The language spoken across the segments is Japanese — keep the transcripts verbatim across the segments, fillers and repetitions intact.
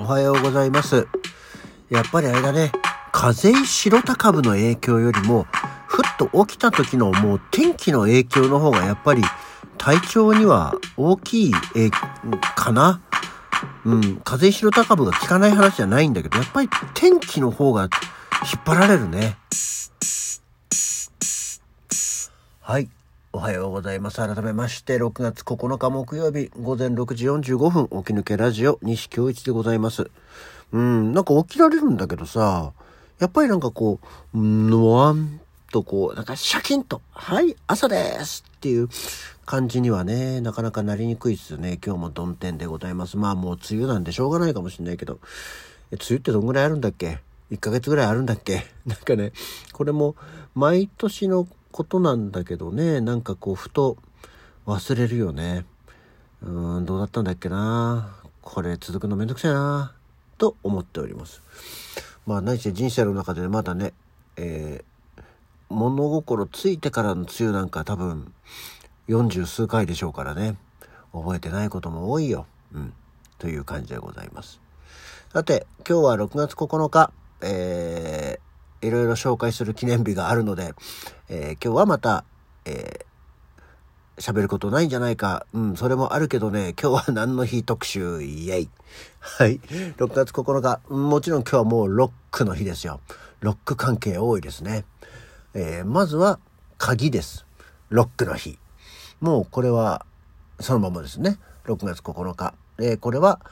おはようございます。やっぱりあれだね、風邪白田株の影響よりもふっと起きた時のもう天気の影響の方がやっぱり体調には大きいえかな。うん、風邪白田株が効かない話じゃないんだけど、やっぱり天気の方が引っ張られるね。はい、おはようございます。改めましてろくがつここのか木曜日ごぜんろくじよんじゅうごふん、起き抜けラジオ西京一でございます。うん、なんか起きられるんだけどさ、やっぱりなんかこうのわんとこうなんかシャキンとはい朝ですっていう感じにはね、なかなかなりにくいですよね。今日も曇天でございます。まあもう梅雨なんでしょうがないかもしれないけど、梅雨ってどんぐらいあるんだっけ？いっかげつぐらいあるんだっけ？なんかね、これも毎年のことなんだけどね、なんかこうふと忘れるよね。うーん、どうだったんだっけな、これ続くのめんどくさいなと思っております。まあ何せ人生の中でまだね、えー、物心ついてからの梅雨なんか多分よんじゅうすうかいでしょうからね、覚えてないことも多いよ。うんという感じでございます。さて今日はろくがつここのか、えーいろいろ紹介する記念日があるので、えー、今日はまた、えー、喋ることないんじゃないか。うん、それもあるけどね、今日は何の日特集、イエイ。はい。ろくがつここのか、もちろん今日はもうロックの日ですよ。ロック関係多いですね。えー、まずは鍵です。ロックの日。もうこれはそのままですね。ろくがつここのか。えー、これは、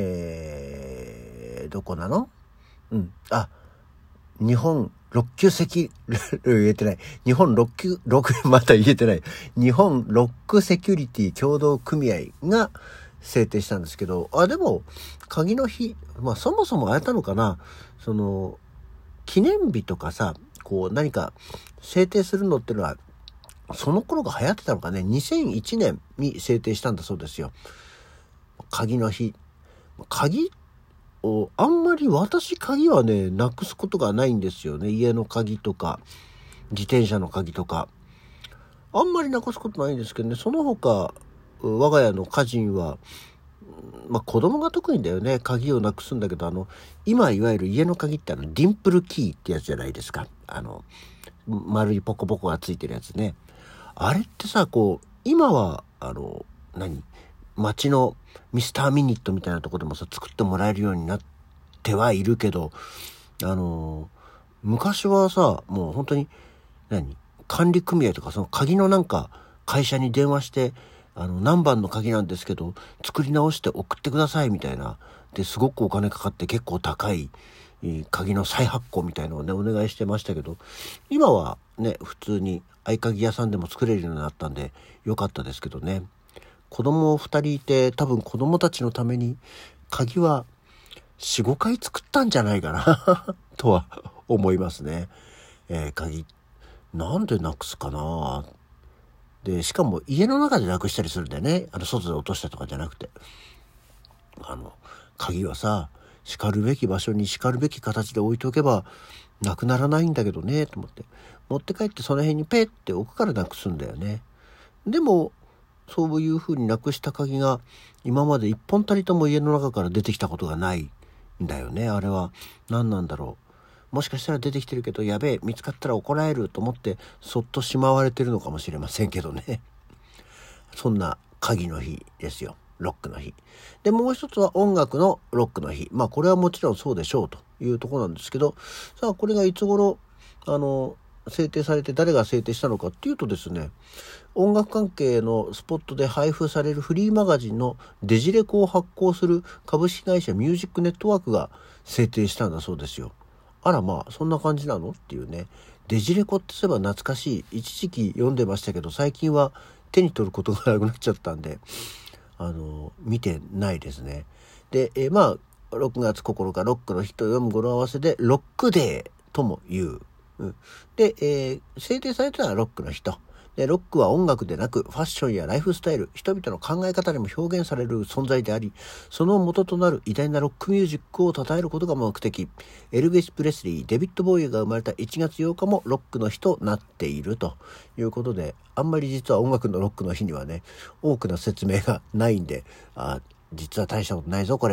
えー、どこなの？うん。あ、日本ロックセキ言えてない日本ロックロックまた言えてない日本ロックセキュリティ協同組合が制定したんですけど、あでも鍵の日、まあそもそもあれたのかな、その記念日とかさ、こう何か制定するのってのはその頃が流行ってたのかね。にせんいちねんに制定したんだそうですよ、鍵の日。鍵あんまり私鍵はねなくすことがないんですよね。家の鍵とか自転車の鍵とかあんまりなくすことないんですけどね。その他我が家の家人はまあ子供が得意だよね、鍵をなくすんだけど、あの今いわゆる家の鍵ってあのディンプルキーってやつじゃないですか。あの丸いポコポコがついてるやつね。あれってさ、こう今はあの何街のミスターミニットみたいなところでもさ作ってもらえるようになってはいるけど、あの昔はさもう本当に何管理組合とかその鍵のなんか会社に電話して、あの何番の鍵なんですけど作り直して送ってくださいみたいなですごくお金かかって結構高い鍵の再発行みたいなのをねお願いしてましたけど、今はね普通に合鍵屋さんでも作れるようになったんでよかったですけどね。子供ふたりいて多分子供たちのために鍵は よん,ご 回作ったんじゃないかなとは思いますね。えー、鍵なんでなくすかな。でしかも家の中でなくしたりするんだよね。あの外で落としたとかじゃなくて、あの鍵はさ叱るべき場所に叱るべき形で置いておけばなくならないんだけどねと思って持って帰ってその辺にペッて置くからなくすんだよね。でもそういう風になくした鍵が今まで一本たりとも家の中から出てきたことがないんだよね。あれは何なんだろう。もしかしたら出てきてるけどやべえ見つかったら怒られると思ってそっとしまわれてるのかもしれませんけどね。そんな鍵の日ですよ、ロックの日で。もう一つは音楽のロックの日。まあこれはもちろんそうでしょうというところなんですけど、さあこれがいつ頃あの制定されて誰が制定したのかっていうとですね、音楽関係のスポットで配布されるフリーマガジンのデジレコを発行する株式会社ミュージックネットワークが制定したんだそうですよ。あらまあそんな感じなのっていうね。デジレコってそういえば懐かしい、一時期読んでましたけど最近は手に取ることがなくなっちゃったんであの見てないですね。で、えー、まあろくがつここのかロックの日と読む語呂合わせでロックデーとも言う、うん、で、えー、制定されたのはロックの日と。でロックは音楽でなくファッションやライフスタイル、人々の考え方にも表現される存在であり、その元となる偉大なロックミュージックを称えることが目的。エルヴィス・プレスリー、デビッド・ボーイが生まれたいちがつようかもロックの日となっているということで、あんまり実は音楽のロックの日にはね多くの説明がないんで、あ実は大したことないぞこれは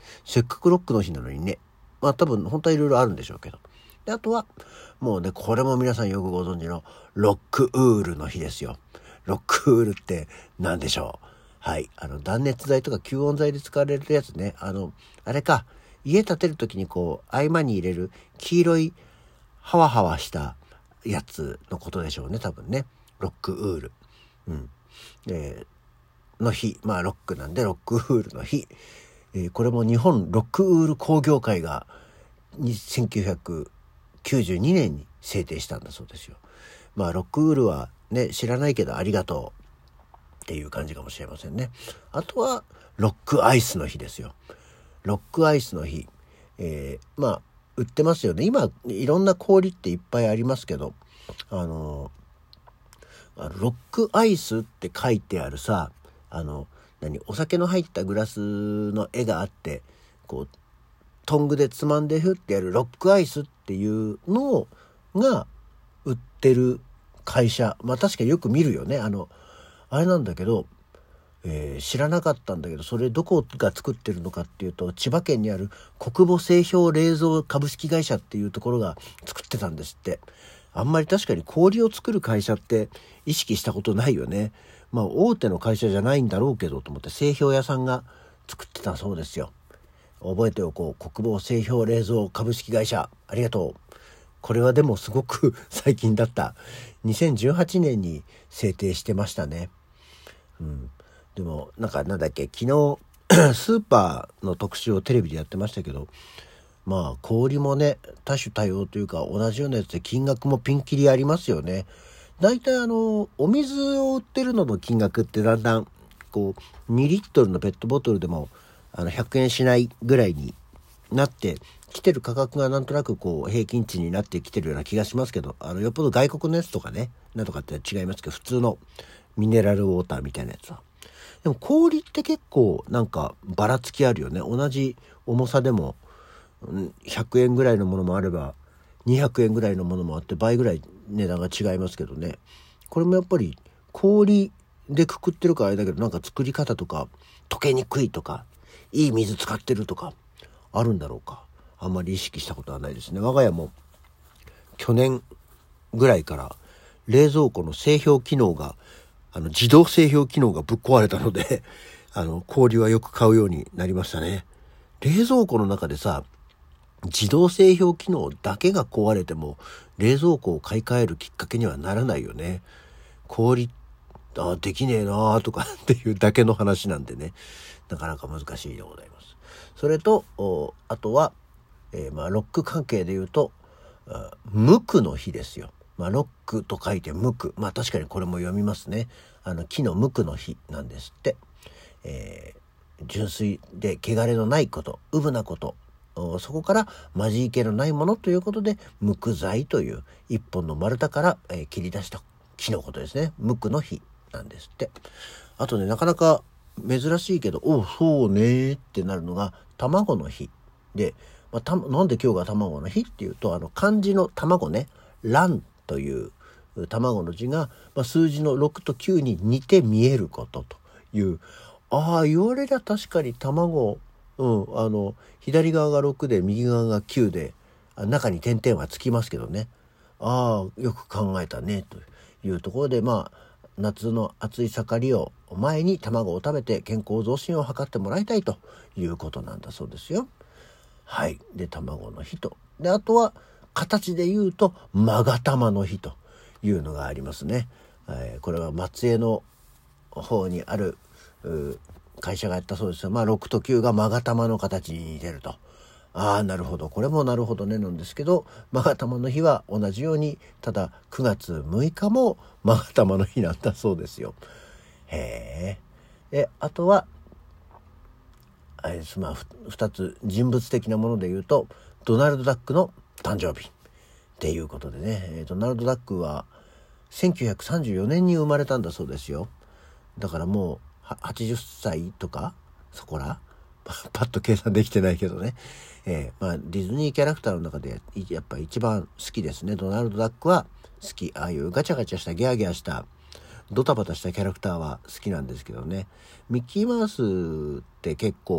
せっかくロックの日なのにね。まあ多分本当はいろいろあるんでしょうけど。で、あとは、もうね、これも皆さんよくご存知のロックウールの日ですよ。ロックウールって何でしょう。はい。あの、断熱材とか吸音材で使われるやつね。あの、あれか、家建てるときにこう、合間に入れる黄色いハワハワしたやつのことでしょうね、多分ね。ロックウール。うん。えー、の日。まあ、ロックなんで、ロックウールの日。えー、これも日本ロックウール工業会がせんきゅうひゃくきゅうじゅうにねんに制定したんだそうですよ。まあ、ロックウールはね、知らないけどありがとうっていう感じかもしれませんね。あとは、ロックアイスの日ですよ。ロックアイスの日。えー、まあ、売ってますよね。今、いろんな氷っていっぱいありますけど、あの、あのロックアイスって書いてあるさ、あの、何、お酒の入ったグラスの絵があって、こう、トングでつまんでふってやるロックアイスっていうのが売ってる会社。まあ確かによく見るよね。あの、あれなんだけど、えー、知らなかったんだけど、それどこが作ってるのかっていうと、千葉県にある国母製氷冷蔵株式会社っていうところが作ってたんですって。あんまり確かに氷を作る会社って意識したことないよね。まあ大手の会社じゃないんだろうけどと思って、製氷屋さんが作ってたそうですよ。覚えておこう。国母製氷冷蔵株式会社、ありがとう。これはでもすごく最近だった。にせんじゅうはちねんに制定してましたね。うん。でもなんかなんだっけ、昨日スーパーの特集をテレビでやってましたけど、まあ氷もね、多種多様というか同じようなやつで金額もピンキリありますよね。だいたいあのお水を売ってるのの金額ってだんだんこうにリットルのペットボトルでもあのひゃくえんしないぐらいになってきてる価格がなんとなくこう平均値になってきてるような気がしますけど、あのよっぽど外国のやつとかね、なんとかって違いますけど、普通のミネラルウォーターみたいなやつは。でも氷って結構なんかばらつきあるよね。同じ重さでもひゃくえんぐらいのものもあればにひゃくえんぐらいのものもあって倍ぐらい値段が違いますけどね。これもやっぱり氷でくくってるからあれだけど、なんか作り方とか溶けにくいとかいい水使ってるとかあるんだろうか。あんまり意識したことはないですね。我が家も去年ぐらいから冷蔵庫の製氷機能があの自動製氷機能がぶっ壊れたのであの氷はよく買うようになりましたね。冷蔵庫の中でさ、自動製氷機能だけが壊れても冷蔵庫を買い替えるきっかけにはならないよね。氷あできねえなとかっていうだけの話なんでね、なかなか難しいでございます。それとあとは、えー、まあロック関係で言うと無垢の日ですよ。まあロックと書いて無垢、まあ確かにこれも読みますね。あの木の無垢の日なんですって。えー、純粋で汚れのないこと、うぶなこと、そこから混じり気のないものということで無垢材という一本の丸太から、えー、切り出した木のことですね。無垢の日なんですって。あとね、なかなか珍しいけど、おうそうねってなるのが卵の日で、まあ、たなんで今日が卵の日っていうと、あの漢字の卵ね、卵という卵の字が、まあ、数字のろくときゅうに似て見えることという、ああ言われりゃ確かに卵、うん、あの左側がろくで右側がきゅうで中に点々はつきますけどね、ああよく考えたねというところで、まあ夏の暑い盛りを前に卵を食べて健康増進を図ってもらいたいということなんだそうですよ。はい。で卵の日と、であとは形で言うと勾玉の日というのがありますね。えー、これは松江の方にある会社がやったそうですよ。まあろくときゅうが勾玉の形に似てると。ああなるほど、これもなるほどねなんですけど、勾玉の日は同じようにただくがつむいかも勾玉の日なんだそうですよ。へえ。であとはあれです、まあふたつ人物的なもので言うとドナルド・ダックの誕生日っていうことでね、ドナルド・ダックはせんきゅうひゃくさんじゅうよねんに生まれたんだそうですよ。だからもうはちじゅっさいとかそこらパッと計算できてないけどね、えーまあ、ディズニーキャラクターの中でやっぱ一番好きですね。ドナルド・ダックは好き。ああいうガチャガチャしたギャーギャーしたドタバタしたキャラクターは好きなんですけどね。ミッキーマウスって結構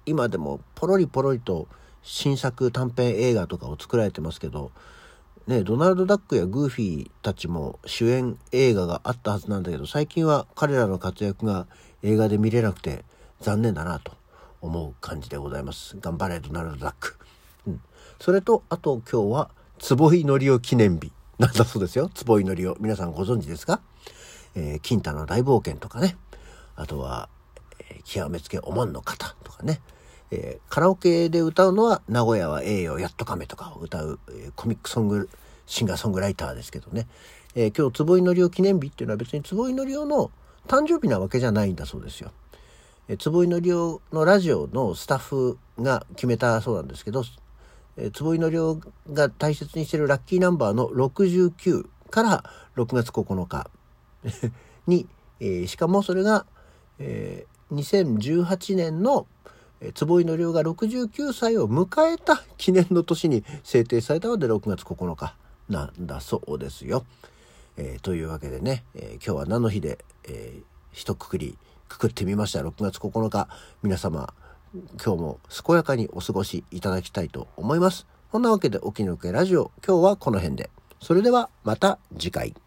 今でもポロリポロリと新作短編映画とかを作られてますけど、ね、ドナルド・ダックやグーフィーたちも主演映画があったはずなんだけど、最近は彼らの活躍が映画で見れなくて残念だなと思う感じでございます。頑張れドナルド・ダック。うん、それとあと今日は坪井紀夫記念日なんだそうですよ。坪井紀夫、皆さんご存知ですか？えー、金太の大冒険とかね、あとは、えー、極めつけおまんの方とかね、えー、カラオケで歌うのは名古屋はええよやっとかめとかを歌う、えー、コミックソングシンガーソングライターですけどね、えー、今日坪井紀夫記念日っていうのは別に坪井紀夫の誕生日なわけじゃないんだそうですよ。えー、坪井紀夫のラジオのスタッフが決めたそうなんですけど、えー、坪井紀夫が大切にしているラッキーナンバーのろくじゅうきゅうからろくがつここのかに、えー、しかもそれが、えー、にせんじゅうはちねんの坪井紀夫がろくじゅうきゅうさいを迎えた記念の年に制定されたのでろくがつここのかなんだそうですよ。えー、というわけでね、えー、今日は何の日で、えー、一括りくくってみました。ろくがつここのか、皆様今日も健やかにお過ごしいただきたいと思います。そんなわけで沖野家ラジオ、今日はこの辺で。それではまた次回。